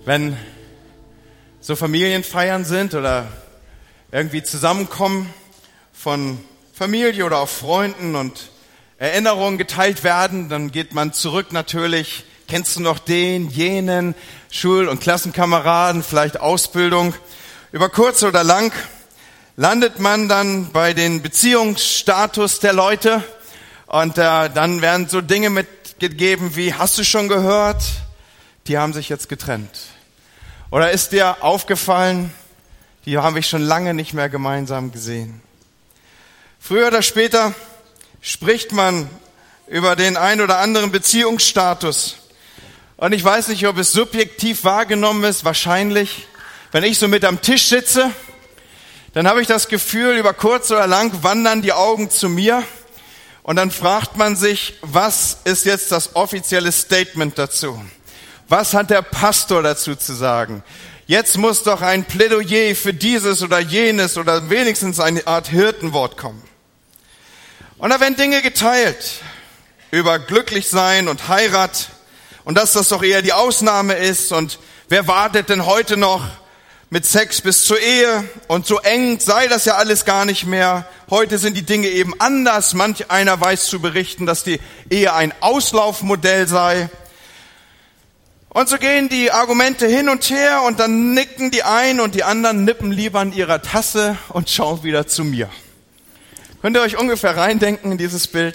Wenn so Familienfeiern sind oder irgendwie Zusammenkommen von Familie oder auch Freunden und Erinnerungen geteilt werden, dann geht man zurück natürlich. Kennst du noch den, jenen, Schul- und Klassenkameraden, vielleicht Ausbildung? Über kurz oder lang landet man dann bei den Beziehungsstatus der Leute und dann werden so Dinge mitgegeben wie, hast du schon gehört? Die haben sich jetzt getrennt. Oder ist dir aufgefallen, die habe ich schon lange nicht mehr gemeinsam gesehen. Früher oder später spricht man über den ein oder anderen Beziehungsstatus. Und ich weiß nicht, ob es subjektiv wahrgenommen ist, wahrscheinlich. Wenn ich so mit am Tisch sitze, dann habe ich das Gefühl, über kurz oder lang wandern die Augen zu mir. Und dann fragt man sich, was ist jetzt das offizielle Statement dazu? Was hat der Pastor dazu zu sagen? Jetzt muss doch ein Plädoyer für dieses oder jenes oder wenigstens eine Art Hirtenwort kommen. Und da werden Dinge geteilt über Glücklichsein und Heirat und dass das doch eher die Ausnahme ist und wer wartet denn heute noch mit Sex bis zur Ehe und so eng sei das ja alles gar nicht mehr. Heute sind die Dinge eben anders. Manch einer weiß zu berichten, dass die Ehe ein Auslaufmodell sei. Und so gehen die Argumente hin und her und dann nicken die einen und die anderen nippen lieber an ihrer Tasse und schauen wieder zu mir. Könnt ihr euch ungefähr reindenken in dieses Bild?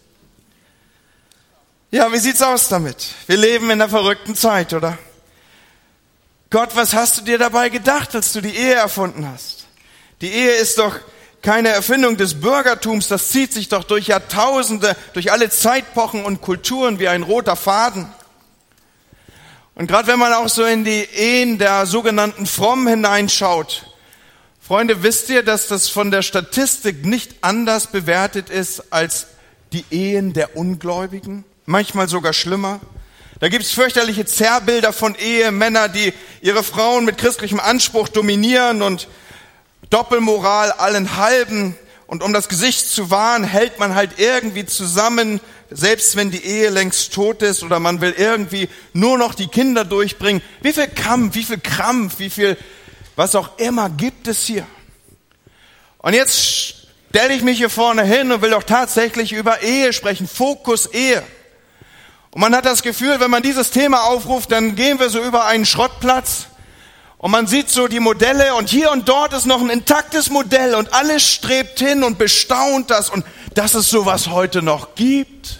Ja, wie sieht's aus damit? Wir leben in einer verrückten Zeit, oder? Gott, was hast du dir dabei gedacht, als du die Ehe erfunden hast? Die Ehe ist doch keine Erfindung des Bürgertums, das zieht sich doch durch Jahrtausende, durch alle Zeitepochen und Kulturen wie ein roter Faden. Und gerade wenn man auch so in die Ehen der sogenannten Frommen hineinschaut, Freunde, wisst ihr, dass das von der Statistik nicht anders bewertet ist als die Ehen der Ungläubigen? Manchmal sogar schlimmer. Da gibt's fürchterliche Zerrbilder von Ehemänner, die ihre Frauen mit christlichem Anspruch dominieren und Doppelmoral allen halben. Und um das Gesicht zu wahren, hält man halt irgendwie zusammen, selbst wenn die Ehe längst tot ist oder man will irgendwie nur noch die Kinder durchbringen. Wie viel Kampf, wie viel Krampf, wie viel was auch immer gibt es hier. Und jetzt stelle ich mich hier vorne hin und will doch tatsächlich über Ehe sprechen, Fokus Ehe. Und man hat das Gefühl, wenn man dieses Thema aufruft, dann gehen wir so über einen Schrottplatz und man sieht so die Modelle und hier und dort ist noch ein intaktes Modell und alles strebt hin und bestaunt das und dass es sowas heute noch gibt.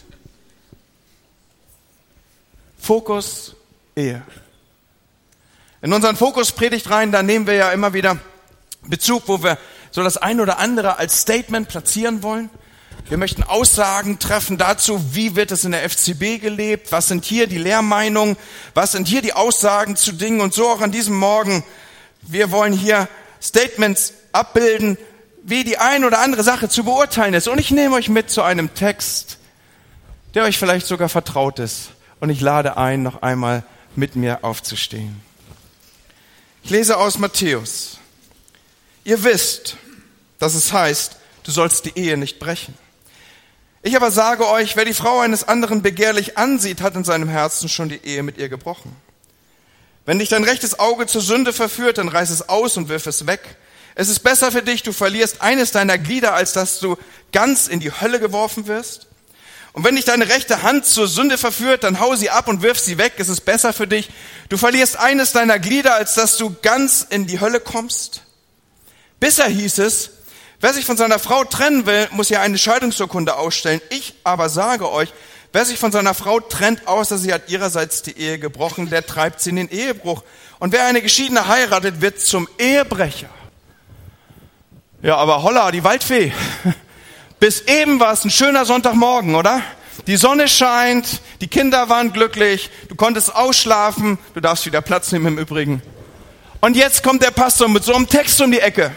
Fokus Ehe. In unseren Fokus-Predigtreihen, da nehmen wir ja immer wieder Bezug, wo wir so das ein oder andere als Statement platzieren wollen. Wir möchten Aussagen treffen dazu, wie wird es in der FCB gelebt, was sind hier die Lehrmeinungen, was sind hier die Aussagen zu Dingen und so auch an diesem Morgen. Wir wollen hier Statements abbilden, wie die ein oder andere Sache zu beurteilen ist. Und ich nehme euch mit zu einem Text, der euch vielleicht sogar vertraut ist. Und ich lade ein, noch einmal mit mir aufzustehen. Ich lese aus Matthäus. Ihr wisst, dass es heißt, du sollst die Ehe nicht brechen. Ich aber sage euch, wer die Frau eines anderen begehrlich ansieht, hat in seinem Herzen schon die Ehe mit ihr gebrochen. Wenn dich dein rechtes Auge zur Sünde verführt, dann reiß es aus und wirf es weg. Es ist besser für dich, du verlierst eines deiner Glieder, als dass du ganz in die Hölle geworfen wirst. Und wenn dich deine rechte Hand zur Sünde verführt, dann hau sie ab und wirf sie weg. Es ist besser für dich, du verlierst eines deiner Glieder, als dass du ganz in die Hölle kommst. Bisher hieß es, wer sich von seiner Frau trennen will, muss ja eine Scheidungsurkunde ausstellen. Ich aber sage euch, wer sich von seiner Frau trennt, außer sie hat ihrerseits die Ehe gebrochen, der treibt sie in den Ehebruch. Und wer eine Geschiedene heiratet, wird zum Ehebrecher. Ja, aber holla, die Waldfee. Bis eben war es ein schöner Sonntagmorgen, oder? Die Sonne scheint, die Kinder waren glücklich, du konntest ausschlafen, du darfst wieder Platz nehmen im Übrigen. Und jetzt kommt der Pastor mit so einem Text um die Ecke.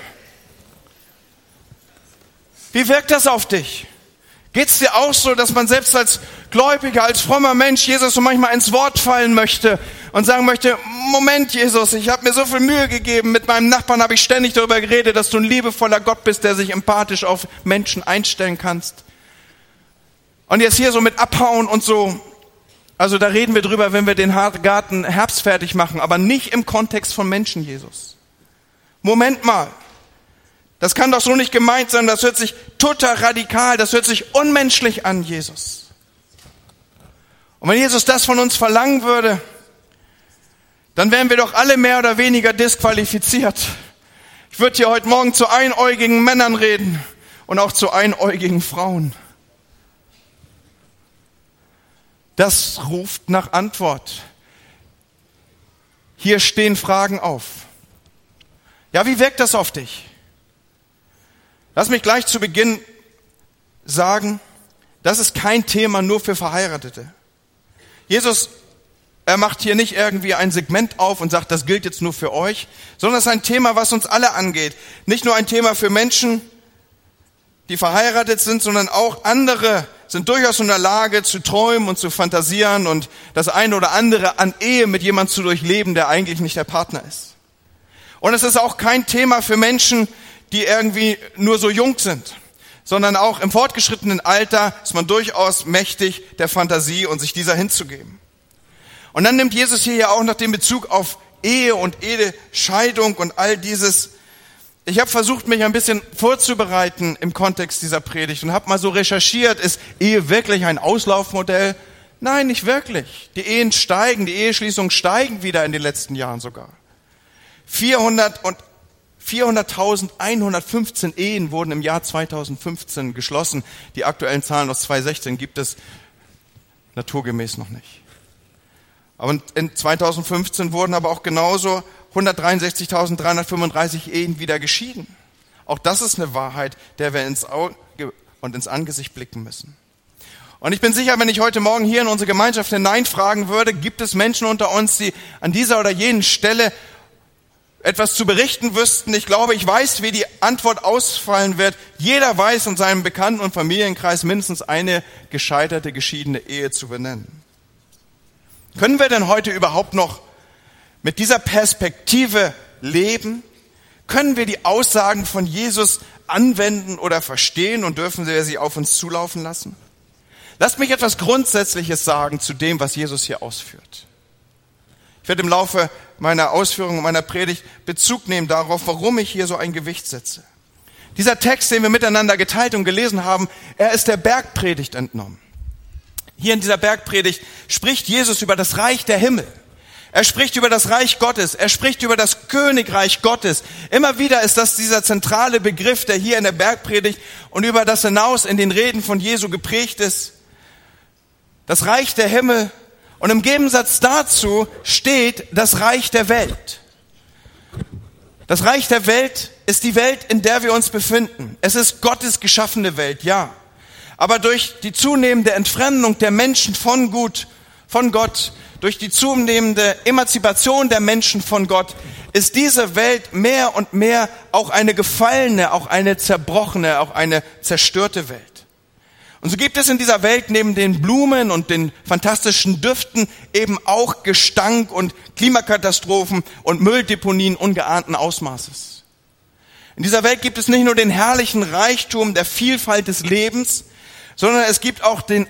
Wie wirkt das auf dich? Geht's dir auch so, dass man selbst als Gläubiger, als frommer Mensch Jesus so manchmal ins Wort fallen möchte und sagen möchte, Moment Jesus, ich habe mir so viel Mühe gegeben, mit meinem Nachbarn habe ich ständig darüber geredet, dass du ein liebevoller Gott bist, der sich empathisch auf Menschen einstellen kannst. Und jetzt hier so mit abhauen und so Also da reden wir drüber, wenn wir den Garten herbstfertig machen, aber nicht im Kontext von Menschen, Jesus. Moment mal. Das kann doch so nicht gemeint sein, das hört sich total radikal, das hört sich unmenschlich an, Jesus. Und wenn Jesus das von uns verlangen würde, dann wären wir doch alle mehr oder weniger disqualifiziert. Ich würde hier heute Morgen zu einäugigen Männern reden und auch zu einäugigen Frauen. Das ruft nach Antwort. Hier stehen Fragen auf. Ja, wie wirkt das auf dich? Lass mich gleich zu Beginn sagen, das ist kein Thema nur für Verheiratete. Jesus, er macht hier nicht irgendwie ein Segment auf und sagt, das gilt jetzt nur für euch, sondern es ist ein Thema, was uns alle angeht. Nicht nur ein Thema für Menschen, die verheiratet sind, sondern auch andere sind durchaus in der Lage zu träumen und zu fantasieren und das eine oder andere an Ehe mit jemandem zu durchleben, der eigentlich nicht der Partner ist. Und es ist auch kein Thema für Menschen, die irgendwie nur so jung sind, sondern auch im fortgeschrittenen Alter ist man durchaus mächtig der Fantasie und sich dieser hinzugeben. Und dann nimmt Jesus hier ja auch noch den Bezug auf Ehe und Ehescheidung und all dieses. Ich habe versucht, mich ein bisschen vorzubereiten im Kontext dieser Predigt und habe mal so recherchiert, ist Ehe wirklich ein Auslaufmodell? Nein, nicht wirklich. Die Ehen steigen, die Eheschließungen steigen wieder in den letzten Jahren sogar. 400.115 Ehen wurden im Jahr 2015 geschlossen. Die aktuellen Zahlen aus 2016 gibt es naturgemäß noch nicht. Aber in 2015 wurden aber auch genauso 163.335 Ehen wieder geschieden. Auch das ist eine Wahrheit, der wir ins Auge und ins Angesicht blicken müssen. Und ich bin sicher, wenn ich heute Morgen hier in unsere Gemeinschaft hineinfragen würde, gibt es Menschen unter uns, die an dieser oder jenen Stelle etwas zu berichten wüssten. Ich glaube, ich weiß, wie die Antwort ausfallen wird. Jeder weiß in seinem Bekannten- und Familienkreis mindestens eine gescheiterte, geschiedene Ehe zu benennen. Können wir denn heute überhaupt noch mit dieser Perspektive leben? Können wir die Aussagen von Jesus anwenden oder verstehen und dürfen wir sie auf uns zulaufen lassen? Lasst mich etwas Grundsätzliches sagen zu dem, was Jesus hier ausführt. Ich werde im Laufe meiner Ausführungen, meiner Predigt Bezug nehmen darauf, warum ich hier so ein Gewicht setze. Dieser Text, den wir miteinander geteilt und gelesen haben, er ist der Bergpredigt entnommen. Hier in dieser Bergpredigt spricht Jesus über das Reich der Himmel. Er spricht über das Reich Gottes. Er spricht über das Königreich Gottes. Immer wieder ist das dieser zentrale Begriff, der hier in der Bergpredigt und über das hinaus in den Reden von Jesu geprägt ist. Das Reich der Himmel. Und im Gegensatz dazu steht das Reich der Welt. Das Reich der Welt ist die Welt, in der wir uns befinden. Es ist Gottes geschaffene Welt, ja. Aber durch die zunehmende Entfremdung der Menschen von Gott, durch die zunehmende Emanzipation der Menschen von Gott, ist diese Welt mehr und mehr auch eine gefallene, auch eine zerbrochene, auch eine zerstörte Welt. Und so gibt es in dieser Welt neben den Blumen und den fantastischen Düften eben auch Gestank und Klimakatastrophen und Mülldeponien ungeahnten Ausmaßes. In dieser Welt gibt es nicht nur den herrlichen Reichtum der Vielfalt des Lebens, sondern es gibt auch die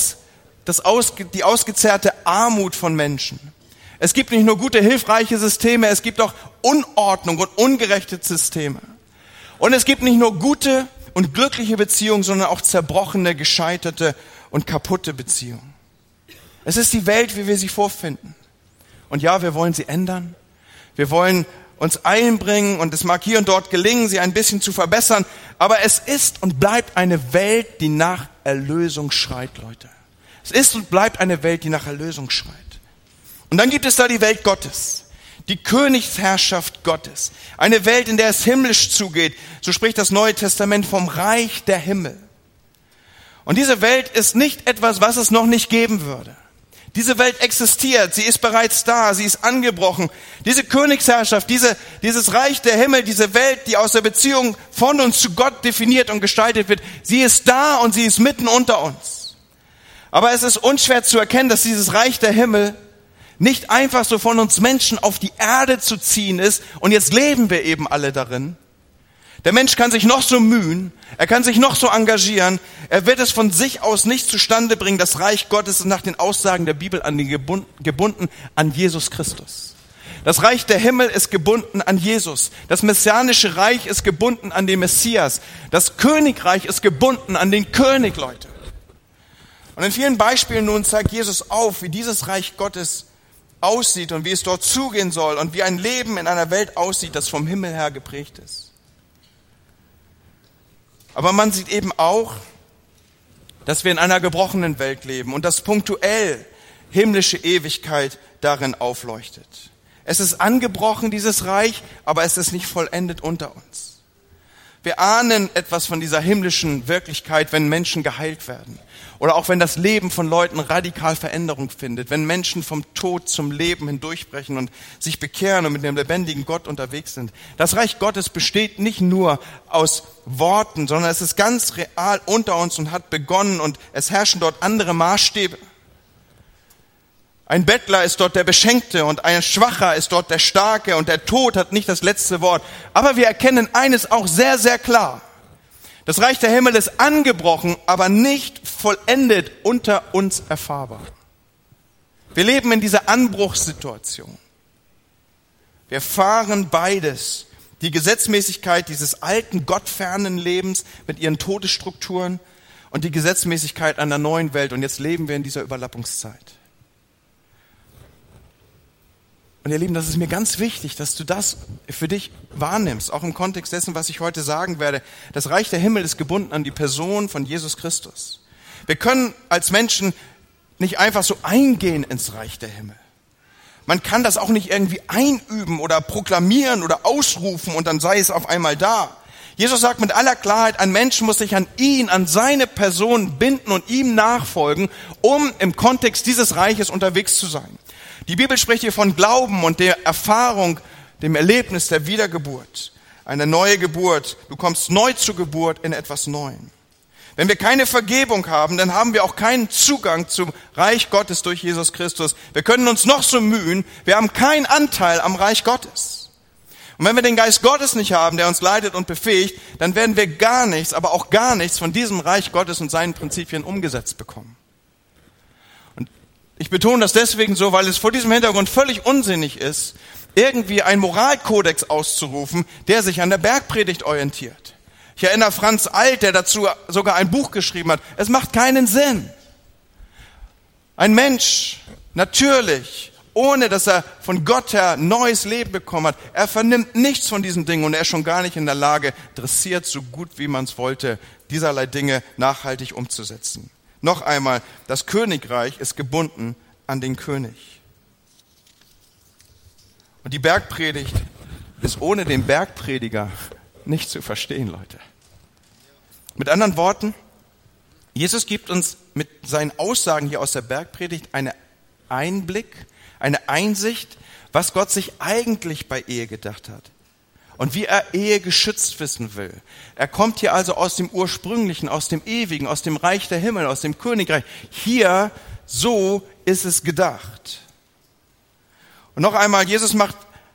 ausgezerrte Armut von Menschen. Es gibt nicht nur gute, hilfreiche Systeme, es gibt auch Unordnung und ungerechte Systeme. Und es gibt nicht nur gute und glückliche Beziehungen, sondern auch zerbrochene, gescheiterte und kaputte Beziehungen. Es ist die Welt, wie wir sie vorfinden. Und ja, wir wollen sie ändern. Wir wollen uns einbringen und es mag hier und dort gelingen, sie ein bisschen zu verbessern. Aber es ist und bleibt eine Welt, die nach Erlösung schreit, Leute. Es ist und bleibt eine Welt, die nach Erlösung schreit. Und dann gibt es da die Welt Gottes. Die Königsherrschaft Gottes. Eine Welt, in der es himmlisch zugeht. So spricht das Neue Testament vom Reich der Himmel. Und diese Welt ist nicht etwas, was es noch nicht geben würde. Diese Welt existiert, sie ist bereits da, sie ist angebrochen. Diese Königsherrschaft, dieses Reich der Himmel, diese Welt, die aus der Beziehung von uns zu Gott definiert und gestaltet wird, sie ist da und sie ist mitten unter uns. Aber es ist unschwer zu erkennen, dass dieses Reich der Himmel nicht einfach so von uns Menschen auf die Erde zu ziehen ist und jetzt leben wir eben alle darin, Der Mensch kann sich noch so mühen, er kann sich noch so engagieren, er wird es von sich aus nicht zustande bringen. Das Reich Gottes ist nach den Aussagen der Bibel gebunden an Jesus Christus. Das Reich der Himmel ist gebunden an Jesus. Das messianische Reich ist gebunden an den Messias. Das Königreich ist gebunden an den König, Leute. Und in vielen Beispielen nun zeigt Jesus auf, wie dieses Reich Gottes aussieht und wie es dort zugehen soll und wie ein Leben in einer Welt aussieht, das vom Himmel her geprägt ist. Aber man sieht eben auch, dass wir in einer gebrochenen Welt leben und dass punktuell himmlische Ewigkeit darin aufleuchtet. Es ist angebrochen, dieses Reich, aber es ist nicht vollendet unter uns. Wir ahnen etwas von dieser himmlischen Wirklichkeit, wenn Menschen geheilt werden. Oder auch wenn das Leben von Leuten radikal Veränderung findet. Wenn Menschen vom Tod zum Leben hindurchbrechen und sich bekehren und mit dem lebendigen Gott unterwegs sind. Das Reich Gottes besteht nicht nur aus Worten, sondern es ist ganz real unter uns und hat begonnen und es herrschen dort andere Maßstäbe. Ein Bettler ist dort der Beschenkte und ein Schwacher ist dort der Starke und der Tod hat nicht das letzte Wort. Aber wir erkennen eines auch sehr, sehr klar. Das Reich der Himmel ist angebrochen, aber nicht vollendet unter uns erfahrbar. Wir leben in dieser Anbruchssituation. Wir erfahren beides. Die Gesetzmäßigkeit dieses alten, gottfernen Lebens mit ihren Todesstrukturen und die Gesetzmäßigkeit einer neuen Welt. Und jetzt leben wir in dieser Überlappungszeit. Und ihr Lieben, das ist mir ganz wichtig, dass du das für dich wahrnimmst, auch im Kontext dessen, was ich heute sagen werde. Das Reich der Himmel ist gebunden an die Person von Jesus Christus. Wir können als Menschen nicht einfach so eingehen ins Reich der Himmel. Man kann das auch nicht irgendwie einüben oder proklamieren oder ausrufen und dann sei es auf einmal da. Jesus sagt mit aller Klarheit, ein Mensch muss sich an ihn, an seine Person binden und ihm nachfolgen, um im Kontext dieses Reiches unterwegs zu sein. Die Bibel spricht hier von Glauben und der Erfahrung, dem Erlebnis der Wiedergeburt. Eine neue Geburt. Du kommst neu zur Geburt in etwas Neuem. Wenn wir keine Vergebung haben, dann haben wir auch keinen Zugang zum Reich Gottes durch Jesus Christus. Wir können uns noch so mühen, wir haben keinen Anteil am Reich Gottes. Und wenn wir den Geist Gottes nicht haben, der uns leitet und befähigt, dann werden wir gar nichts, aber auch gar nichts von diesem Reich Gottes und seinen Prinzipien umgesetzt bekommen. Ich betone das deswegen so, weil es vor diesem Hintergrund völlig unsinnig ist, irgendwie einen Moralkodex auszurufen, der sich an der Bergpredigt orientiert. Ich erinnere Franz Alt, der dazu sogar ein Buch geschrieben hat. Es macht keinen Sinn. Ein Mensch, natürlich, ohne dass er von Gott her neues Leben bekommen hat, er vernimmt nichts von diesen Dingen und er ist schon gar nicht in der Lage, dressiert, so gut wie man es wollte, dieserlei Dinge nachhaltig umzusetzen. Noch einmal, das Königreich ist gebunden an den König. Und die Bergpredigt ist ohne den Bergprediger nicht zu verstehen, Leute. Mit anderen Worten, Jesus gibt uns mit seinen Aussagen hier aus der Bergpredigt einen Einblick, eine Einsicht, was Gott sich eigentlich bei Ehe gedacht hat. Und wie er Ehe geschützt wissen will. Er kommt hier also aus dem Ursprünglichen, aus dem Ewigen, aus dem Reich der Himmel, aus dem Königreich. Hier, so ist es gedacht. Und noch einmal, Jesus macht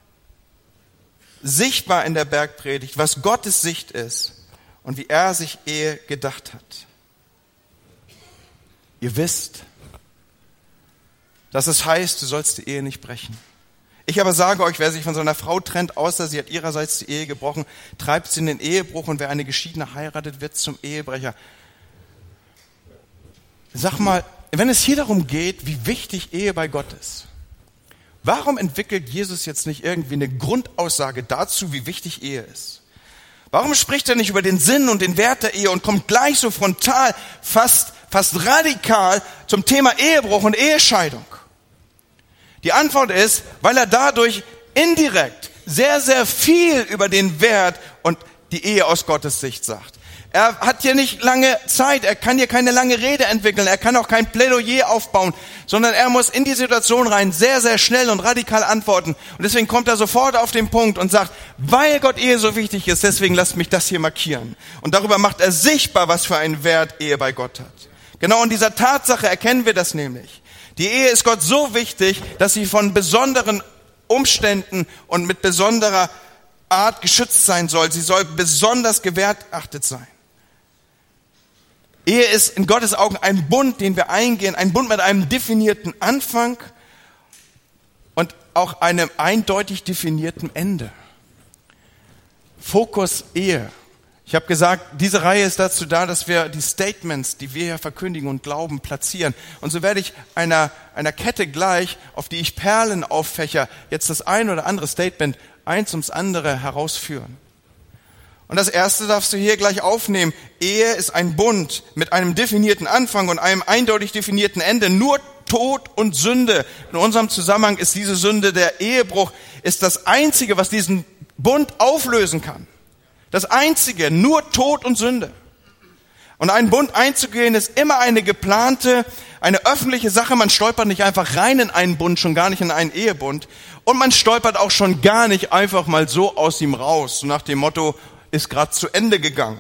sichtbar in der Bergpredigt, was Gottes Sicht ist und wie er sich Ehe gedacht hat. Ihr wisst, dass es heißt, du sollst die Ehe nicht brechen. Ich aber sage euch, wer sich von seiner Frau trennt, außer sie hat ihrerseits die Ehe gebrochen, treibt sie in den Ehebruch und wer eine Geschiedene heiratet, wird zum Ehebrecher. Sag mal, wenn es hier darum geht, wie wichtig Ehe bei Gott ist, warum entwickelt Jesus jetzt nicht irgendwie eine Grundaussage dazu, wie wichtig Ehe ist? Warum spricht er nicht über den Sinn und den Wert der Ehe und kommt gleich so frontal, fast radikal zum Thema Ehebruch und Ehescheidung? Die Antwort ist, weil er dadurch indirekt sehr, sehr viel über den Wert und die Ehe aus Gottes Sicht sagt. Er hat hier nicht lange Zeit, er kann hier keine lange Rede entwickeln, er kann auch kein Plädoyer aufbauen, sondern er muss in die Situation rein sehr, sehr schnell und radikal antworten. Und deswegen kommt er sofort auf den Punkt und sagt, weil Gott Ehe so wichtig ist, deswegen lasst mich das hier markieren. Und darüber macht er sichtbar, was für einen Wert Ehe bei Gott hat. Genau in dieser Tatsache erkennen wir das nämlich. Die Ehe ist Gott so wichtig, dass sie von besonderen Umständen und mit besonderer Art geschützt sein soll. Sie soll besonders gewertachtet sein. Ehe ist in Gottes Augen ein Bund, den wir eingehen, ein Bund mit einem definierten Anfang und auch einem eindeutig definierten Ende. Fokus Ehe. Ich habe gesagt, diese Reihe ist dazu da, dass wir die Statements, die wir hier verkündigen und glauben, platzieren. Und so werde ich einer Kette gleich, auf die ich Perlen auffächer, jetzt das ein oder andere Statement eins ums andere herausführen. Und das erste darfst du hier gleich aufnehmen. Ehe ist ein Bund mit einem definierten Anfang und einem eindeutig definierten Ende. Nur Tod und Sünde. In unserem Zusammenhang ist diese Sünde, der Ehebruch, ist das Einzige, was diesen Bund auflösen kann. Das Einzige, nur Tod und Sünde. Und einen Bund einzugehen ist immer eine geplante, eine öffentliche Sache. Man stolpert nicht einfach rein in einen Bund, schon gar nicht in einen Ehebund. Und man stolpert auch schon gar nicht einfach mal so aus ihm raus, so nach dem Motto, ist gerade zu Ende gegangen.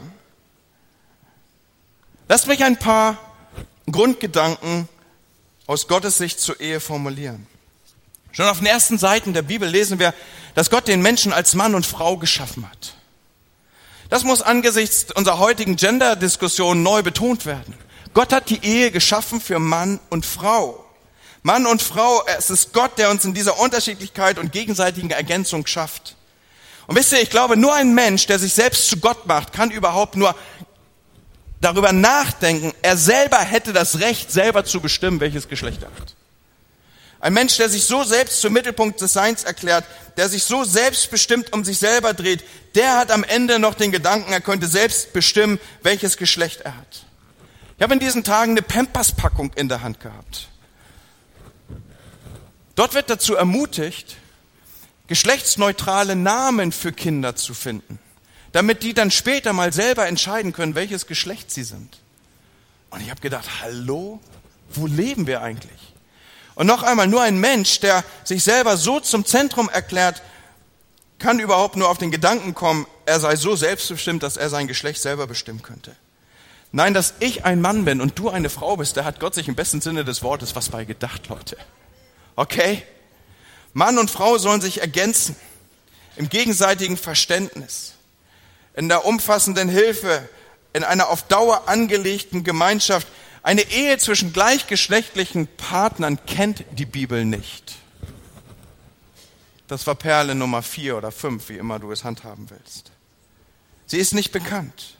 Lasst mich ein paar Grundgedanken aus Gottes Sicht zur Ehe formulieren. Schon auf den ersten Seiten der Bibel lesen wir, dass Gott den Menschen als Mann und Frau geschaffen hat. Das muss angesichts unserer heutigen Gender-Diskussion neu betont werden. Gott hat die Ehe geschaffen für Mann und Frau. Mann und Frau, es ist Gott, der uns in dieser Unterschiedlichkeit und gegenseitigen Ergänzung schafft. Und wisst ihr, ich glaube, nur ein Mensch, der sich selbst zu Gott macht, kann überhaupt nur darüber nachdenken, er selber hätte das Recht, selber zu bestimmen, welches Geschlecht er hat. Ein Mensch, der sich so selbst zum Mittelpunkt des Seins erklärt, der sich so selbstbestimmt um sich selber dreht, der hat am Ende noch den Gedanken, er könnte selbst bestimmen, welches Geschlecht er hat. Ich habe in diesen Tagen eine Pampers-Packung in der Hand gehabt. Dort wird dazu ermutigt, geschlechtsneutrale Namen für Kinder zu finden, damit die dann später mal selber entscheiden können, welches Geschlecht sie sind. Und ich habe gedacht, hallo, wo leben wir eigentlich? Und noch einmal, nur ein Mensch, der sich selber so zum Zentrum erklärt, kann überhaupt nur auf den Gedanken kommen, er sei so selbstbestimmt, dass er sein Geschlecht selber bestimmen könnte. Nein, dass ich ein Mann bin und du eine Frau bist, da hat Gott sich im besten Sinne des Wortes was bei gedacht, Leute. Okay? Mann und Frau sollen sich ergänzen, im gegenseitigen Verständnis, in der umfassenden Hilfe, in einer auf Dauer angelegten Gemeinschaft. Eine Ehe zwischen gleichgeschlechtlichen Partnern kennt die Bibel nicht. Das war Perle Nummer 4 oder 5, wie immer du es handhaben willst. Sie ist nicht bekannt.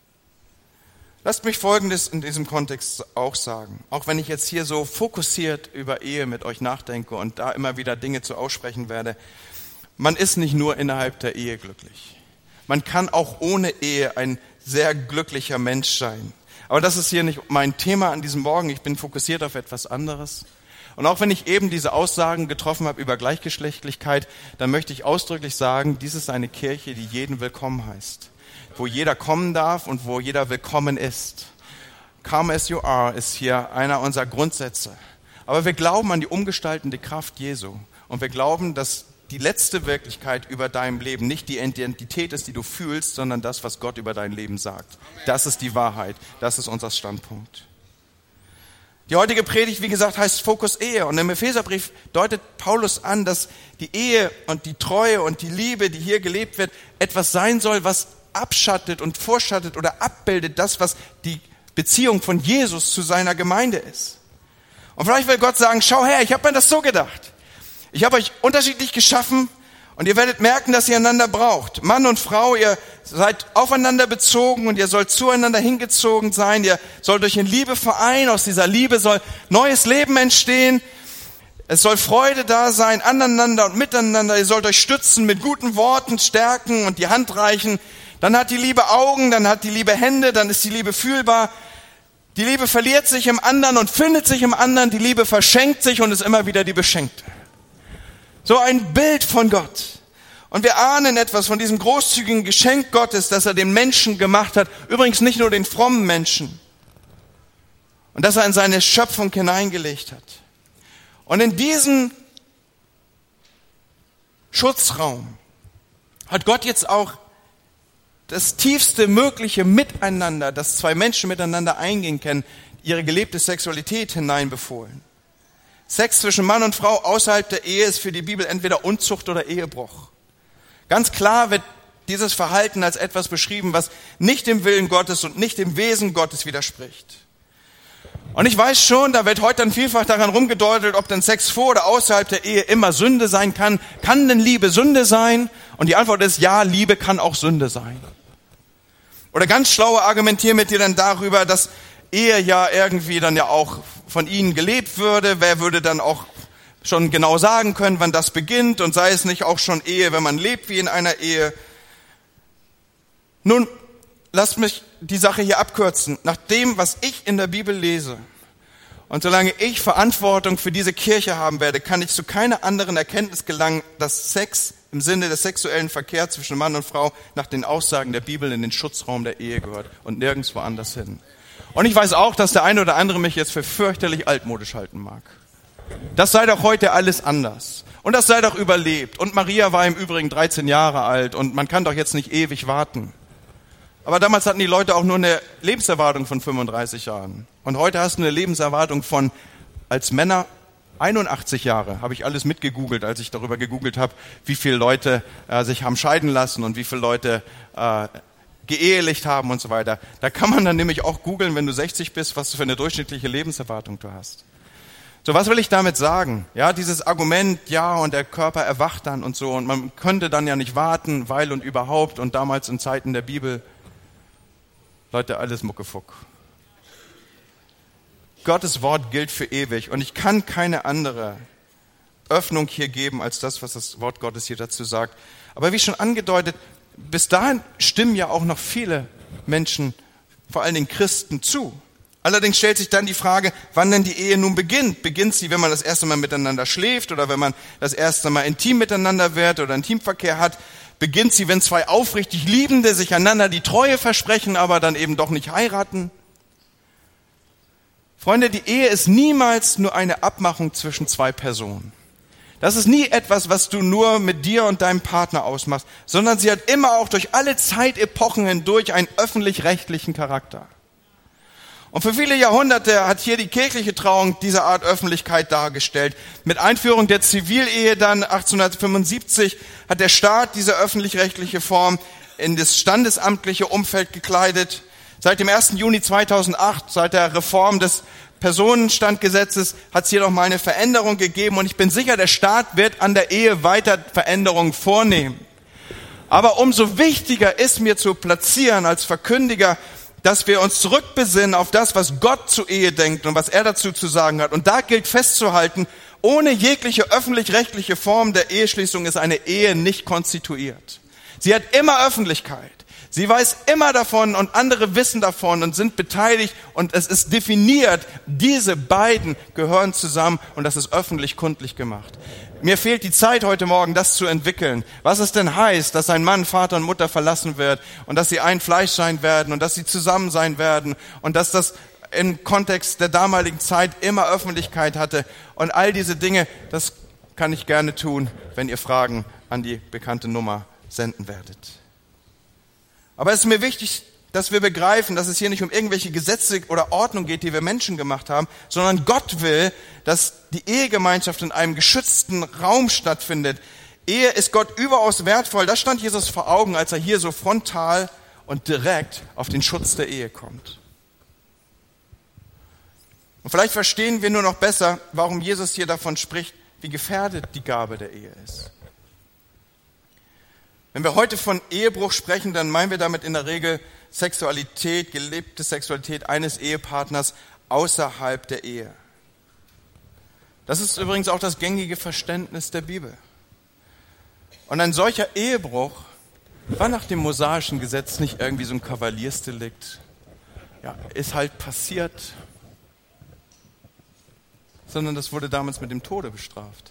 Lasst mich Folgendes in diesem Kontext auch sagen, auch wenn ich jetzt hier so fokussiert über Ehe mit euch nachdenke und da immer wieder Dinge zu aussprechen werde. Man ist nicht nur innerhalb der Ehe glücklich. Man kann auch ohne Ehe ein sehr glücklicher Mensch sein. Aber das ist hier nicht mein Thema an diesem Morgen. Ich bin fokussiert auf etwas anderes. Und auch wenn ich eben diese Aussagen getroffen habe über Gleichgeschlechtlichkeit, dann möchte ich ausdrücklich sagen, dies ist eine Kirche, die jeden willkommen heißt. Wo jeder kommen darf und wo jeder willkommen ist. Come as you are ist hier einer unserer Grundsätze. Aber wir glauben an die umgestaltende Kraft Jesu. Und wir glauben, dass die letzte Wirklichkeit über deinem Leben nicht die Identität ist, die du fühlst, sondern das, was Gott über dein Leben sagt. Das ist die Wahrheit. Das ist unser Standpunkt. Die heutige Predigt, wie gesagt, heißt Fokus Ehe. Und im Epheserbrief deutet Paulus an, dass die Ehe und die Treue und die Liebe, die hier gelebt wird, etwas sein soll, was abschattet und vorschattet oder abbildet das, was die Beziehung von Jesus zu seiner Gemeinde ist. Und vielleicht will Gott sagen, schau her, ich habe mir das so gedacht. Ich habe euch unterschiedlich geschaffen und ihr werdet merken, dass ihr einander braucht. Mann und Frau, ihr seid aufeinander bezogen und ihr sollt zueinander hingezogen sein. Ihr sollt euch in Liebe vereinen. Aus dieser Liebe soll neues Leben entstehen. Es soll Freude da sein, aneinander und miteinander. Ihr sollt euch stützen mit guten Worten, stärken und die Hand reichen. Dann hat die Liebe Augen, dann hat die Liebe Hände, dann ist die Liebe fühlbar. Die Liebe verliert sich im anderen und findet sich im anderen. Die Liebe verschenkt sich und ist immer wieder die Beschenkte. So ein Bild von Gott. Und wir ahnen etwas von diesem großzügigen Geschenk Gottes, das er den Menschen gemacht hat. Übrigens nicht nur den frommen Menschen. Und das er in seine Schöpfung hineingelegt hat. Und in diesen Schutzraum hat Gott jetzt auch das tiefste mögliche Miteinander, das zwei Menschen miteinander eingehen können, ihre gelebte Sexualität hineinbefohlen. Sex zwischen Mann und Frau außerhalb der Ehe ist für die Bibel entweder Unzucht oder Ehebruch. Ganz klar wird dieses Verhalten als etwas beschrieben, was nicht dem Willen Gottes und nicht dem Wesen Gottes widerspricht. Und ich weiß schon, da wird heute dann vielfach daran rumgedeutet, ob denn Sex vor oder außerhalb der Ehe immer Sünde sein kann. Kann denn Liebe Sünde sein? Und die Antwort ist ja, Liebe kann auch Sünde sein. Oder ganz Schlaue argumentieren mit dir dann darüber, dass Ehe ja irgendwie dann ja auch von ihnen gelebt würde. Wer würde dann auch schon genau sagen können, wann das beginnt? Und sei es nicht auch schon Ehe, wenn man lebt wie in einer Ehe? Nun, lasst mich die Sache hier abkürzen. Nach dem, was ich in der Bibel lese und solange ich Verantwortung für diese Kirche haben werde, kann ich zu keiner anderen Erkenntnis gelangen, dass Sex im Sinne des sexuellen Verkehrs zwischen Mann und Frau nach den Aussagen der Bibel in den Schutzraum der Ehe gehört und nirgendwo anders hin. Und ich weiß auch, dass der eine oder andere mich jetzt für fürchterlich altmodisch halten mag. Das sei doch heute alles anders. Und das sei doch überlebt. Und Maria war im Übrigen 13 Jahre alt und man kann doch jetzt nicht ewig warten. Aber damals hatten die Leute auch nur eine Lebenserwartung von 35 Jahren. Und heute hast du eine Lebenserwartung von, als Männer, 81 Jahre. Habe ich alles mitgegoogelt, als ich darüber gegoogelt habe, wie viele Leute sich haben scheiden lassen und wie viele Leute geehelicht haben und so weiter. Da kann man dann nämlich auch googeln, wenn du 60 bist, was für eine durchschnittliche Lebenserwartung du hast. So, was will ich damit sagen? Ja, dieses Argument, ja, und der Körper erwacht dann und so, und man könnte dann ja nicht warten, weil und überhaupt, und damals in Zeiten der Bibel, Leute, alles Muckefuck. Gottes Wort gilt für ewig und ich kann keine andere Öffnung hier geben als das, was das Wort Gottes hier dazu sagt. Aber wie schon angedeutet, bis dahin stimmen ja auch noch viele Menschen, vor allen Dingen Christen, zu. Allerdings stellt sich dann die Frage, wann denn die Ehe nun beginnt. Beginnt sie, wenn man das erste Mal miteinander schläft oder wenn man das erste Mal intim miteinander wird oder Intimverkehr hat? Beginnt sie, wenn zwei aufrichtig Liebende sich einander die Treue versprechen, aber dann eben doch nicht heiraten? Freunde, die Ehe ist niemals nur eine Abmachung zwischen zwei Personen. Das ist nie etwas, was du nur mit dir und deinem Partner ausmachst, sondern sie hat immer auch durch alle Zeitepochen hindurch einen öffentlich-rechtlichen Charakter. Und für viele Jahrhunderte hat hier die kirchliche Trauung diese Art Öffentlichkeit dargestellt. Mit Einführung der Zivilehe dann 1875 hat der Staat diese öffentlich-rechtliche Form in das standesamtliche Umfeld gekleidet. Seit dem 1. Juni 2008, seit der Reform des Personenstandgesetzes, hat es hier noch mal eine Veränderung gegeben. Und ich bin sicher, der Staat wird an der Ehe weiter Veränderungen vornehmen. Aber umso wichtiger ist mir zu platzieren als Verkündiger, dass wir uns zurückbesinnen auf das, was Gott zur Ehe denkt und was er dazu zu sagen hat. Und da gilt festzuhalten, ohne jegliche öffentlich-rechtliche Form der Eheschließung ist eine Ehe nicht konstituiert. Sie hat immer Öffentlichkeit. Sie weiß immer davon und andere wissen davon und sind beteiligt und es ist definiert, diese beiden gehören zusammen und das ist öffentlich kundlich gemacht. Mir fehlt die Zeit heute Morgen, das zu entwickeln. Was es denn heißt, dass ein Mann Vater und Mutter verlassen wird und dass sie ein Fleisch sein werden und dass sie zusammen sein werden und dass das im Kontext der damaligen Zeit immer Öffentlichkeit hatte. Und all diese Dinge, das kann ich gerne tun, wenn ihr Fragen an die bekannte Nummer senden werdet. Aber es ist mir wichtig, dass wir begreifen, dass es hier nicht um irgendwelche Gesetze oder Ordnung geht, die wir Menschen gemacht haben, sondern Gott will, dass die Ehegemeinschaft in einem geschützten Raum stattfindet. Ehe ist Gott überaus wertvoll. Das stand Jesus vor Augen, als er hier so frontal und direkt auf den Schutz der Ehe kommt. Und vielleicht verstehen wir nur noch besser, warum Jesus hier davon spricht, wie gefährdet die Gabe der Ehe ist. Wenn wir heute von Ehebruch sprechen, dann meinen wir damit in der Regel Sexualität, gelebte Sexualität eines Ehepartners außerhalb der Ehe. Das ist übrigens auch das gängige Verständnis der Bibel. Und ein solcher Ehebruch war nach dem mosaischen Gesetz nicht irgendwie so ein Kavaliersdelikt. Ja, ist halt passiert. Sondern das wurde damals mit dem Tode bestraft.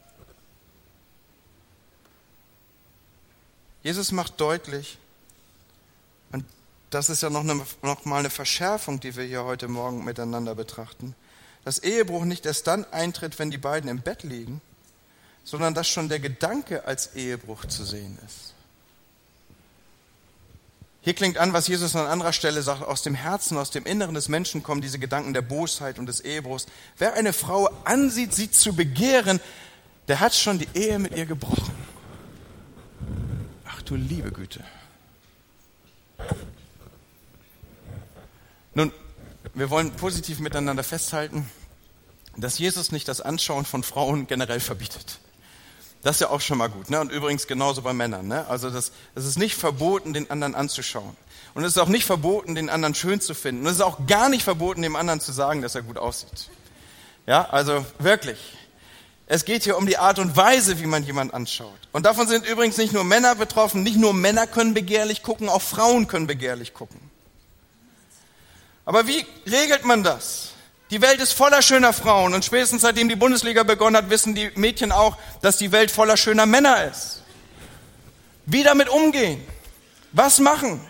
Jesus macht deutlich, und das ist ja noch mal eine Verschärfung, die wir hier heute Morgen miteinander betrachten, dass Ehebruch nicht erst dann eintritt, wenn die beiden im Bett liegen, sondern dass schon der Gedanke als Ehebruch zu sehen ist. Hier klingt an, was Jesus an anderer Stelle sagt, aus dem Herzen, aus dem Inneren des Menschen kommen diese Gedanken der Bosheit und des Ehebruchs. Wer eine Frau ansieht, sie zu begehren, der hat schon die Ehe mit ihr gebrochen. du liebe Güte. Nun, wir wollen positiv miteinander festhalten, dass Jesus nicht das Anschauen von Frauen generell verbietet. Das ist ja auch schon mal gut, ne? Und übrigens genauso bei Männern, ne? Also es ist nicht verboten, den anderen anzuschauen. Und es ist auch nicht verboten, den anderen schön zu finden. Und es ist auch gar nicht verboten, dem anderen zu sagen, dass er gut aussieht. Ja, also wirklich. Es geht hier um die Art und Weise, wie man jemanden anschaut. Und davon sind übrigens nicht nur Männer betroffen. Nicht nur Männer können begehrlich gucken, auch Frauen können begehrlich gucken. Aber wie regelt man das? Die Welt ist voller schöner Frauen. Und spätestens seitdem die Bundesliga begonnen hat, wissen die Mädchen auch, dass die Welt voller schöner Männer ist. Wie damit umgehen? Was machen?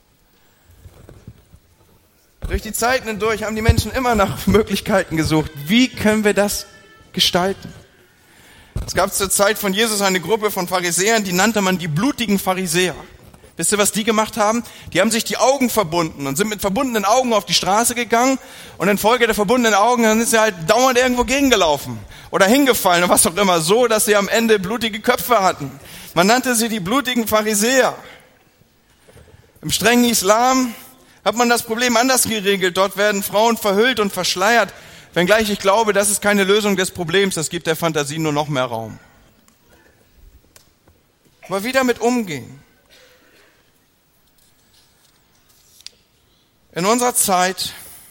Durch die Zeiten hindurch haben die Menschen immer nach Möglichkeiten gesucht. Wie können wir das gestalten? Es gab zur Zeit von Jesus eine Gruppe von Pharisäern, die nannte man die blutigen Pharisäer. Wisst ihr, was die gemacht haben? Die haben sich die Augen verbunden und sind mit verbundenen Augen auf die Straße gegangen und infolge der verbundenen Augen dann sind sie halt dauernd irgendwo gegengelaufen oder hingefallen oder was auch immer, so, dass sie am Ende blutige Köpfe hatten. Man nannte sie die blutigen Pharisäer. Im strengen Islam hat man das Problem anders geregelt. Dort werden Frauen verhüllt und verschleiert, wenngleich ich glaube, das ist keine Lösung des Problems, das gibt der Fantasie nur noch mehr Raum. Aber wie damit umgehen? In unserer Zeit,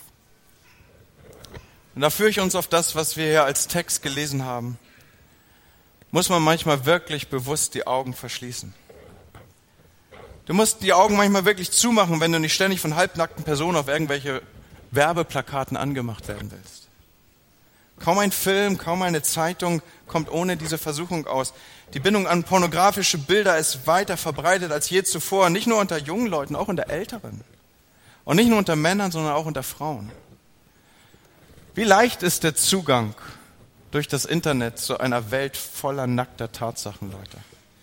und da führe ich uns auf das, was wir hier als Text gelesen haben, muss man manchmal wirklich bewusst die Augen verschließen. Du musst die Augen manchmal wirklich zumachen, wenn du nicht ständig von halbnackten Personen auf irgendwelche Werbeplakaten angemacht werden willst. Kaum ein Film, kaum eine Zeitung kommt ohne diese Versuchung aus. Die Bindung an pornografische Bilder ist weiter verbreitet als je zuvor, nicht nur unter jungen Leuten, auch unter Älteren. Und nicht nur unter Männern, sondern auch unter Frauen. Wie leicht ist der Zugang durch das Internet zu einer Welt voller nackter Tatsachen, Leute?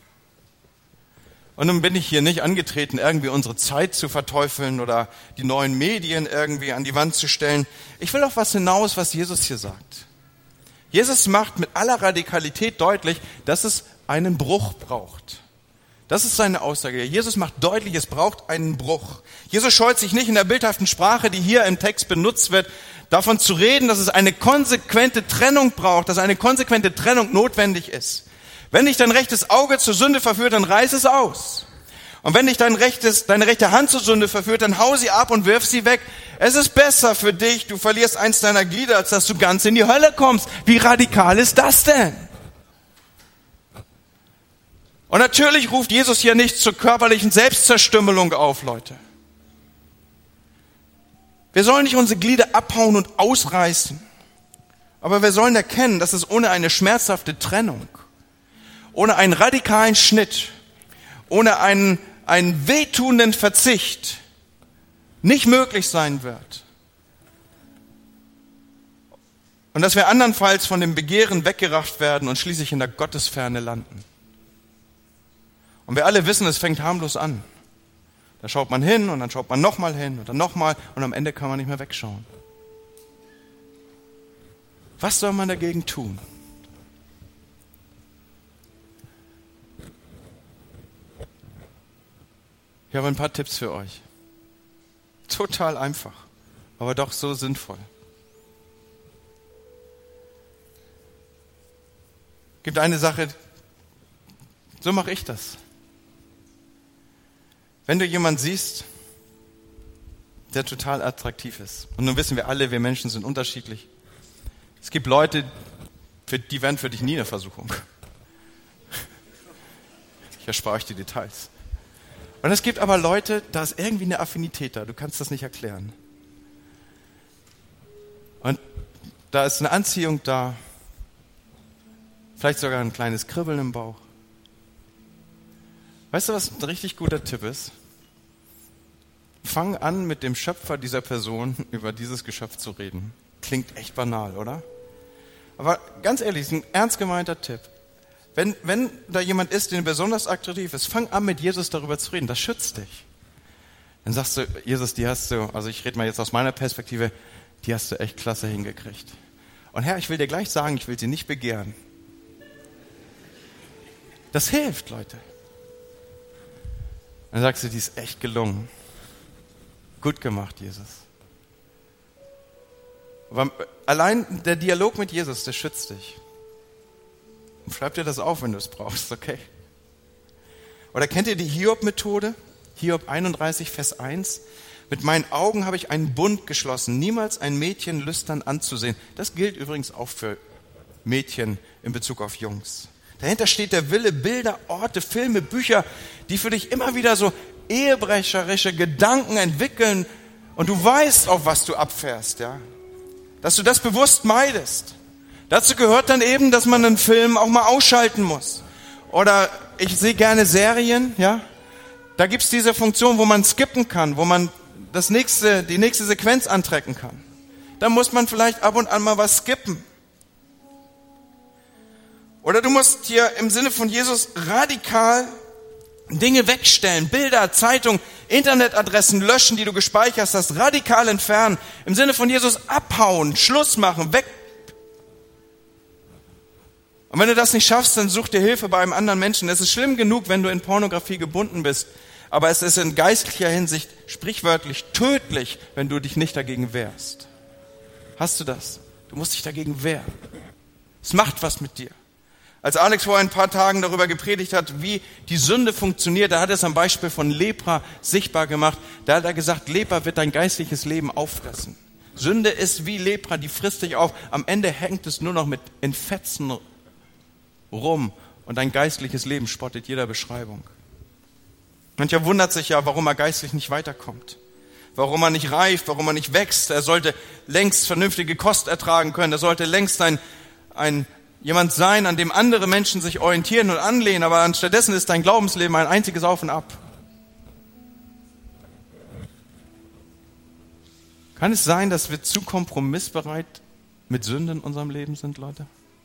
Und nun bin ich hier nicht angetreten, irgendwie unsere Zeit zu verteufeln oder die neuen Medien irgendwie an die Wand zu stellen. Ich will auf was hinaus, was Jesus hier sagt. Jesus macht mit aller Radikalität deutlich, dass es einen Bruch braucht. Das ist seine Aussage. Jesus macht deutlich, es braucht einen Bruch. Jesus scheut sich nicht in der bildhaften Sprache, die hier im Text benutzt wird, davon zu reden, dass es eine konsequente Trennung braucht, dass eine konsequente Trennung notwendig ist. Wenn dich dein rechtes Auge zur Sünde verführt, dann reiß es aus. Und wenn dich deine rechte Hand zur Sünde verführt, dann hau sie ab und wirf sie weg. Es ist besser für dich, du verlierst eins deiner Glieder, als dass du ganz in die Hölle kommst. Wie radikal ist das denn? Und natürlich ruft Jesus hier nicht zur körperlichen Selbstzerstümmelung auf, Leute. Wir sollen nicht unsere Glieder abhauen und ausreißen. Aber wir sollen erkennen, dass es ohne eine schmerzhafte Trennung, ohne einen radikalen Schnitt, ohne einen wehtuenden Verzicht nicht möglich sein wird. Und dass wir andernfalls von dem Begehren weggerafft werden und schließlich in der Gottesferne landen. Und wir alle wissen, es fängt harmlos an. Da schaut man hin und dann schaut man nochmal hin und dann nochmal und am Ende kann man nicht mehr wegschauen. Was soll man dagegen tun? Ich habe ein paar Tipps für euch. Total einfach, aber doch so sinnvoll. Es gibt eine Sache, so mache ich das. Wenn du jemanden siehst, der total attraktiv ist, und nun wissen wir alle, wir Menschen sind unterschiedlich. Es gibt Leute, die wären für dich nie eine Versuchung. Ich erspare euch die Details. Und es gibt aber Leute, da ist irgendwie eine Affinität da, du kannst das nicht erklären. Und da ist eine Anziehung da, vielleicht sogar ein kleines Kribbeln im Bauch. Weißt du, was ein richtig guter Tipp ist? Fang an, mit dem Schöpfer dieser Person über dieses Geschöpf zu reden. Klingt echt banal, oder? Aber ganz ehrlich, ist ein ernst gemeinter Tipp. Wenn da jemand ist, der besonders attraktiv ist, fang an, mit Jesus darüber zu reden. Das schützt dich. Dann sagst du, Jesus, die hast du, also ich rede mal jetzt aus meiner Perspektive, die hast du echt klasse hingekriegt. Und Herr, ich will dir gleich sagen, ich will sie nicht begehren. Das hilft, Leute. Dann sagst du, die ist echt gelungen. Gut gemacht, Jesus. Aber allein der Dialog mit Jesus, der schützt dich. Und schreib dir das auf, wenn du es brauchst, okay? Oder kennt ihr die Hiob-Methode? Hiob 31, Vers 1. Mit meinen Augen habe ich einen Bund geschlossen, niemals ein Mädchen lüstern anzusehen. Das gilt übrigens auch für Mädchen in Bezug auf Jungs. Dahinter steht der Wille, Bilder, Orte, Filme, Bücher, die für dich immer wieder so ehebrecherische Gedanken entwickeln und du weißt, auf was du abfährst, ja? Dass du das bewusst meidest. Dazu gehört dann eben, dass man einen Film auch mal ausschalten muss. Oder ich sehe gerne Serien, ja? Da gibt's diese Funktion, wo man skippen kann, wo man die nächste Sequenz antrecken kann. Da muss man vielleicht ab und an mal was skippen. Oder du musst hier im Sinne von Jesus radikal Dinge wegstellen, Bilder, Zeitungen, Internetadressen löschen, die du gespeichert hast, radikal entfernen. Im Sinne von Jesus abhauen, Schluss machen, weg. Und wenn du das nicht schaffst, dann such dir Hilfe bei einem anderen Menschen. Es ist schlimm genug, wenn du in Pornografie gebunden bist. Aber es ist in geistlicher Hinsicht sprichwörtlich tödlich, wenn du dich nicht dagegen wehrst. Hast du das? Du musst dich dagegen wehren. Es macht was mit dir. Als Alex vor ein paar Tagen darüber gepredigt hat, wie die Sünde funktioniert, da hat er es am Beispiel von Lepra sichtbar gemacht. Da hat er gesagt, Lepra wird dein geistliches Leben auffressen. Sünde ist wie Lepra, die frisst dich auf. Am Ende hängt es nur noch in Fetzen rum und dein geistliches Leben spottet jeder Beschreibung. Mancher wundert sich ja, warum er geistlich nicht weiterkommt. Warum er nicht reift, warum er nicht wächst. Er sollte längst vernünftige Kost ertragen können. Er sollte längst jemand sein, an dem andere Menschen sich orientieren und anlehnen. Aber anstattdessen ist dein Glaubensleben ein einziges Auf und Ab. Kann es sein, dass wir zu kompromissbereit mit Sünde in unserem Leben sind, Leute?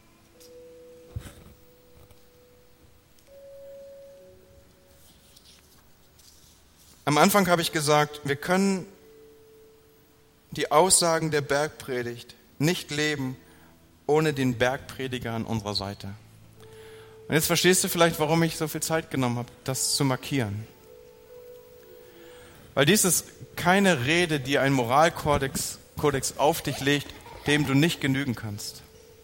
Am Anfang habe ich gesagt, wir können die Aussagen der Bergpredigt nicht leben ohne den Bergprediger an unserer Seite. Und jetzt verstehst du vielleicht, warum ich so viel Zeit genommen habe, das zu markieren. Weil dies ist keine Rede, die ein Moralkodex auf dich legt, dem du nicht genügen kannst.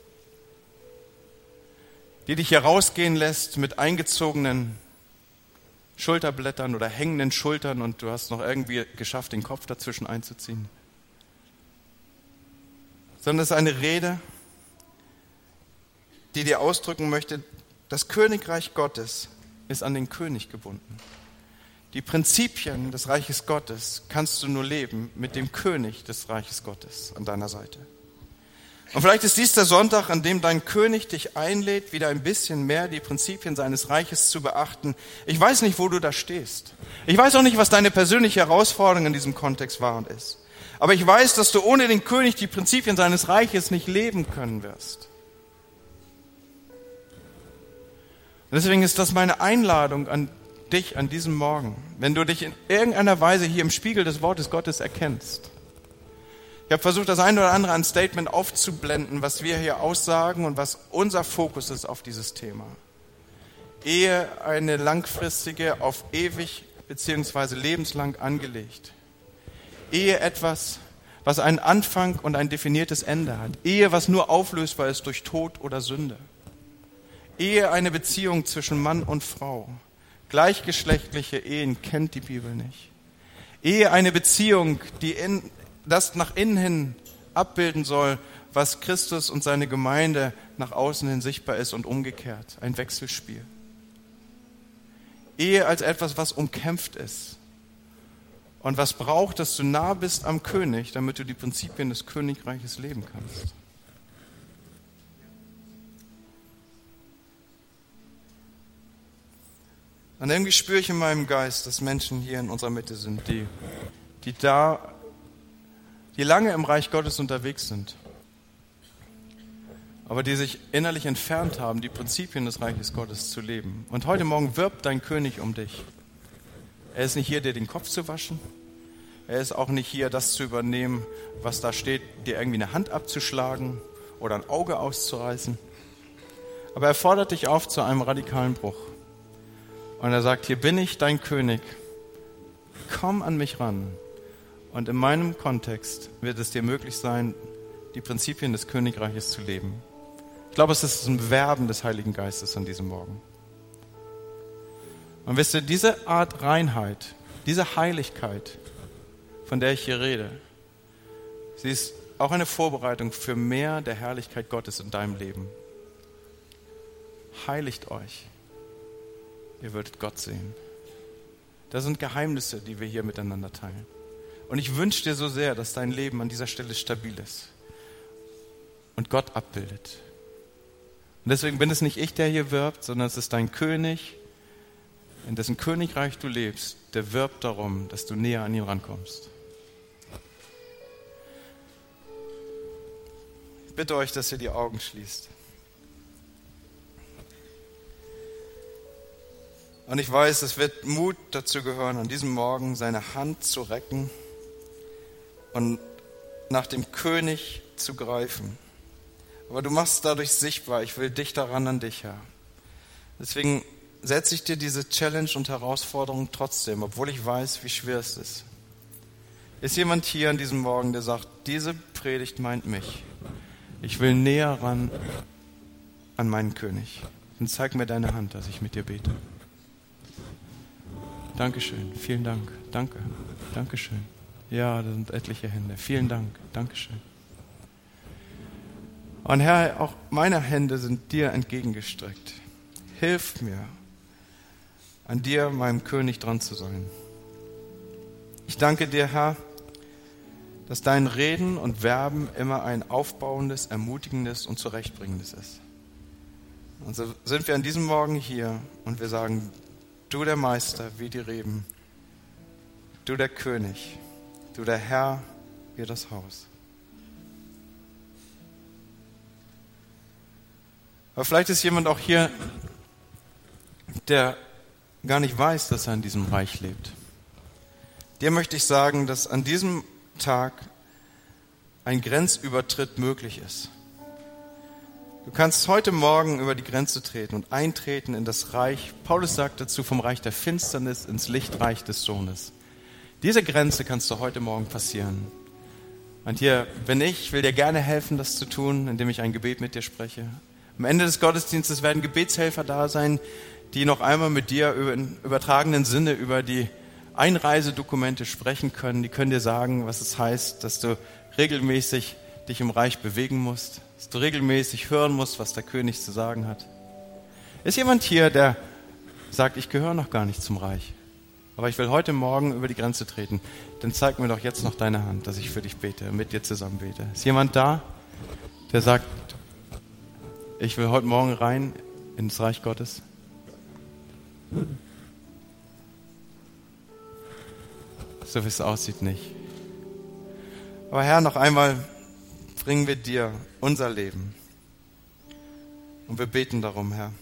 Die dich herausgehen lässt mit eingezogenen Schulterblättern oder hängenden Schultern und du hast noch irgendwie geschafft, den Kopf dazwischen einzuziehen. Sondern es ist eine Rede, die dir ausdrücken möchte, das Königreich Gottes ist an den König gebunden. Die Prinzipien des Reiches Gottes kannst du nur leben mit dem König des Reiches Gottes an deiner Seite. Und vielleicht ist dies der Sonntag, an dem dein König dich einlädt, wieder ein bisschen mehr die Prinzipien seines Reiches zu beachten. Ich weiß nicht, wo du da stehst. Ich weiß auch nicht, was deine persönliche Herausforderung in diesem Kontext war und ist. Aber ich weiß, dass du ohne den König die Prinzipien seines Reiches nicht leben können wirst. Und deswegen ist das meine Einladung an dich an diesem Morgen, wenn du dich in irgendeiner Weise hier im Spiegel des Wortes Gottes erkennst. Ich habe versucht, das eine oder andere an Statement aufzublenden, was wir hier aussagen und was unser Fokus ist auf dieses Thema. Ehe eine langfristige, auf ewig bzw. lebenslang angelegt. Ehe etwas, was einen Anfang und ein definiertes Ende hat. Ehe, was nur auflösbar ist durch Tod oder Sünde. Ehe eine Beziehung zwischen Mann und Frau. Gleichgeschlechtliche Ehen kennt die Bibel nicht. Ehe eine Beziehung, die das nach innen hin abbilden soll, was Christus und seine Gemeinde nach außen hin sichtbar ist und umgekehrt. Ein Wechselspiel. Ehe als etwas, was umkämpft ist. Und was braucht, dass du nah bist am König, damit du die Prinzipien des Königreiches leben kannst. Und irgendwie spüre ich in meinem Geist, dass Menschen hier in unserer Mitte sind, die lange im Reich Gottes unterwegs sind, aber die sich innerlich entfernt haben, die Prinzipien des Reiches Gottes zu leben. Und heute Morgen wirbt dein König um dich. Er ist nicht hier, dir den Kopf zu waschen. Er ist auch nicht hier, das zu übernehmen, was da steht, dir irgendwie eine Hand abzuschlagen oder ein Auge auszureißen. Aber er fordert dich auf zu einem radikalen Bruch. Und er sagt, hier bin ich, dein König, komm an mich ran. Und in meinem Kontext wird es dir möglich sein, die Prinzipien des Königreiches zu leben. Ich glaube, es ist ein Werben des Heiligen Geistes an diesem Morgen. Und wisst ihr, diese Art Reinheit, diese Heiligkeit, von der ich hier rede, sie ist auch eine Vorbereitung für mehr der Herrlichkeit Gottes in deinem Leben. Heiligt euch, ihr würdet Gott sehen. Das sind Geheimnisse, die wir hier miteinander teilen. Und ich wünsche dir so sehr, dass dein Leben an dieser Stelle stabil ist und Gott abbildet. Und deswegen bin es nicht ich, der hier wirbt, sondern es ist dein König, in dessen Königreich du lebst, der wirbt darum, dass du näher an ihn rankommst. Ich bitte euch, dass ihr die Augen schließt. Und ich weiß, es wird Mut dazu gehören, an diesem Morgen seine Hand zu recken und nach dem König zu greifen. Aber du machst es dadurch sichtbar, ich will dich daran an dich, Herr. Deswegen setze ich dir diese Challenge und Herausforderung trotzdem, obwohl ich weiß, wie schwer es ist. Ist jemand hier an diesem Morgen, der sagt, diese Predigt meint mich. Ich will näher ran an meinen König. Dann zeig mir deine Hand, dass ich mit dir bete. Dankeschön, vielen Dank, danke, Dankeschön. Ja, da sind etliche Hände, vielen Dank, Dankeschön. Und Herr, auch meine Hände sind dir entgegengestreckt. Hilf mir, an dir, meinem König, dran zu sein. Ich danke dir, Herr, dass dein Reden und Werben immer ein aufbauendes, ermutigendes und zurechtbringendes ist. Und so sind wir an diesem Morgen hier und wir sagen, du der Meister wie die Reben, du der König, du der Herr wie das Haus. Aber vielleicht ist jemand auch hier, der gar nicht weiß, dass er in diesem Reich lebt. Dir möchte ich sagen, dass an diesem Tag ein Grenzübertritt möglich ist. Du kannst heute Morgen über die Grenze treten und eintreten in das Reich. Paulus sagt dazu, vom Reich der Finsternis ins Lichtreich des Sohnes. Diese Grenze kannst du heute Morgen passieren. Und hier bin ich, will dir gerne helfen, das zu tun, indem ich ein Gebet mit dir spreche. Am Ende des Gottesdienstes werden Gebetshelfer da sein, die noch einmal mit dir im übertragenen Sinne über die Einreisedokumente sprechen können. Die können dir sagen, was es heißt, dass du regelmäßig dich im Reich bewegen musst, dass du regelmäßig hören musst, was der König zu sagen hat. Ist jemand hier, der sagt, ich gehöre noch gar nicht zum Reich, aber ich will heute Morgen über die Grenze treten? Dann zeig mir doch jetzt noch deine Hand, dass ich für dich bete, mit dir zusammen bete. Ist jemand da, der sagt, ich will heute Morgen rein ins Reich Gottes? So wie es aussieht, nicht. Aber Herr, noch einmal bringen wir dir unser Leben. Und wir beten darum, Herr,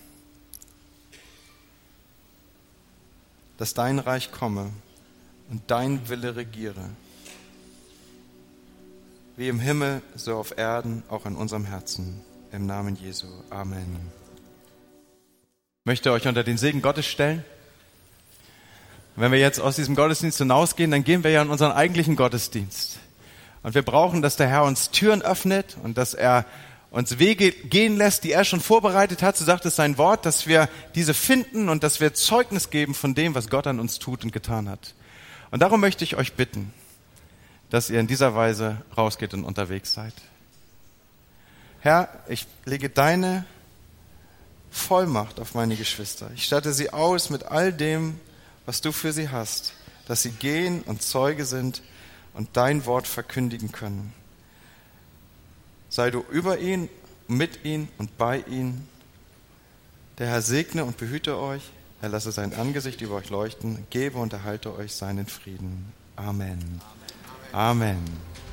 dass dein Reich komme und dein Wille regiere. Wie im Himmel, so auf Erden, auch in unserem Herzen. Im Namen Jesu. Amen. Ich möchte euch unter den Segen Gottes stellen. Wenn wir jetzt aus diesem Gottesdienst hinausgehen, dann gehen wir ja in unseren eigentlichen Gottesdienst. Und wir brauchen, dass der Herr uns Türen öffnet und dass er uns Wege gehen lässt, die er schon vorbereitet hat. So sagt es sein Wort, dass wir diese finden und dass wir Zeugnis geben von dem, was Gott an uns tut und getan hat. Und darum möchte ich euch bitten, dass ihr in dieser Weise rausgeht und unterwegs seid. Herr, ich lege deine Vollmacht auf meine Geschwister. Ich statte sie aus mit all dem, was du für sie hast, dass sie gehen und Zeuge sind und dein Wort verkündigen können. Sei du über ihn, mit ihn und bei ihnen. Der Herr segne und behüte euch. Er lasse sein Angesicht über euch leuchten, gebe und erhalte euch seinen Frieden. Amen. Amen.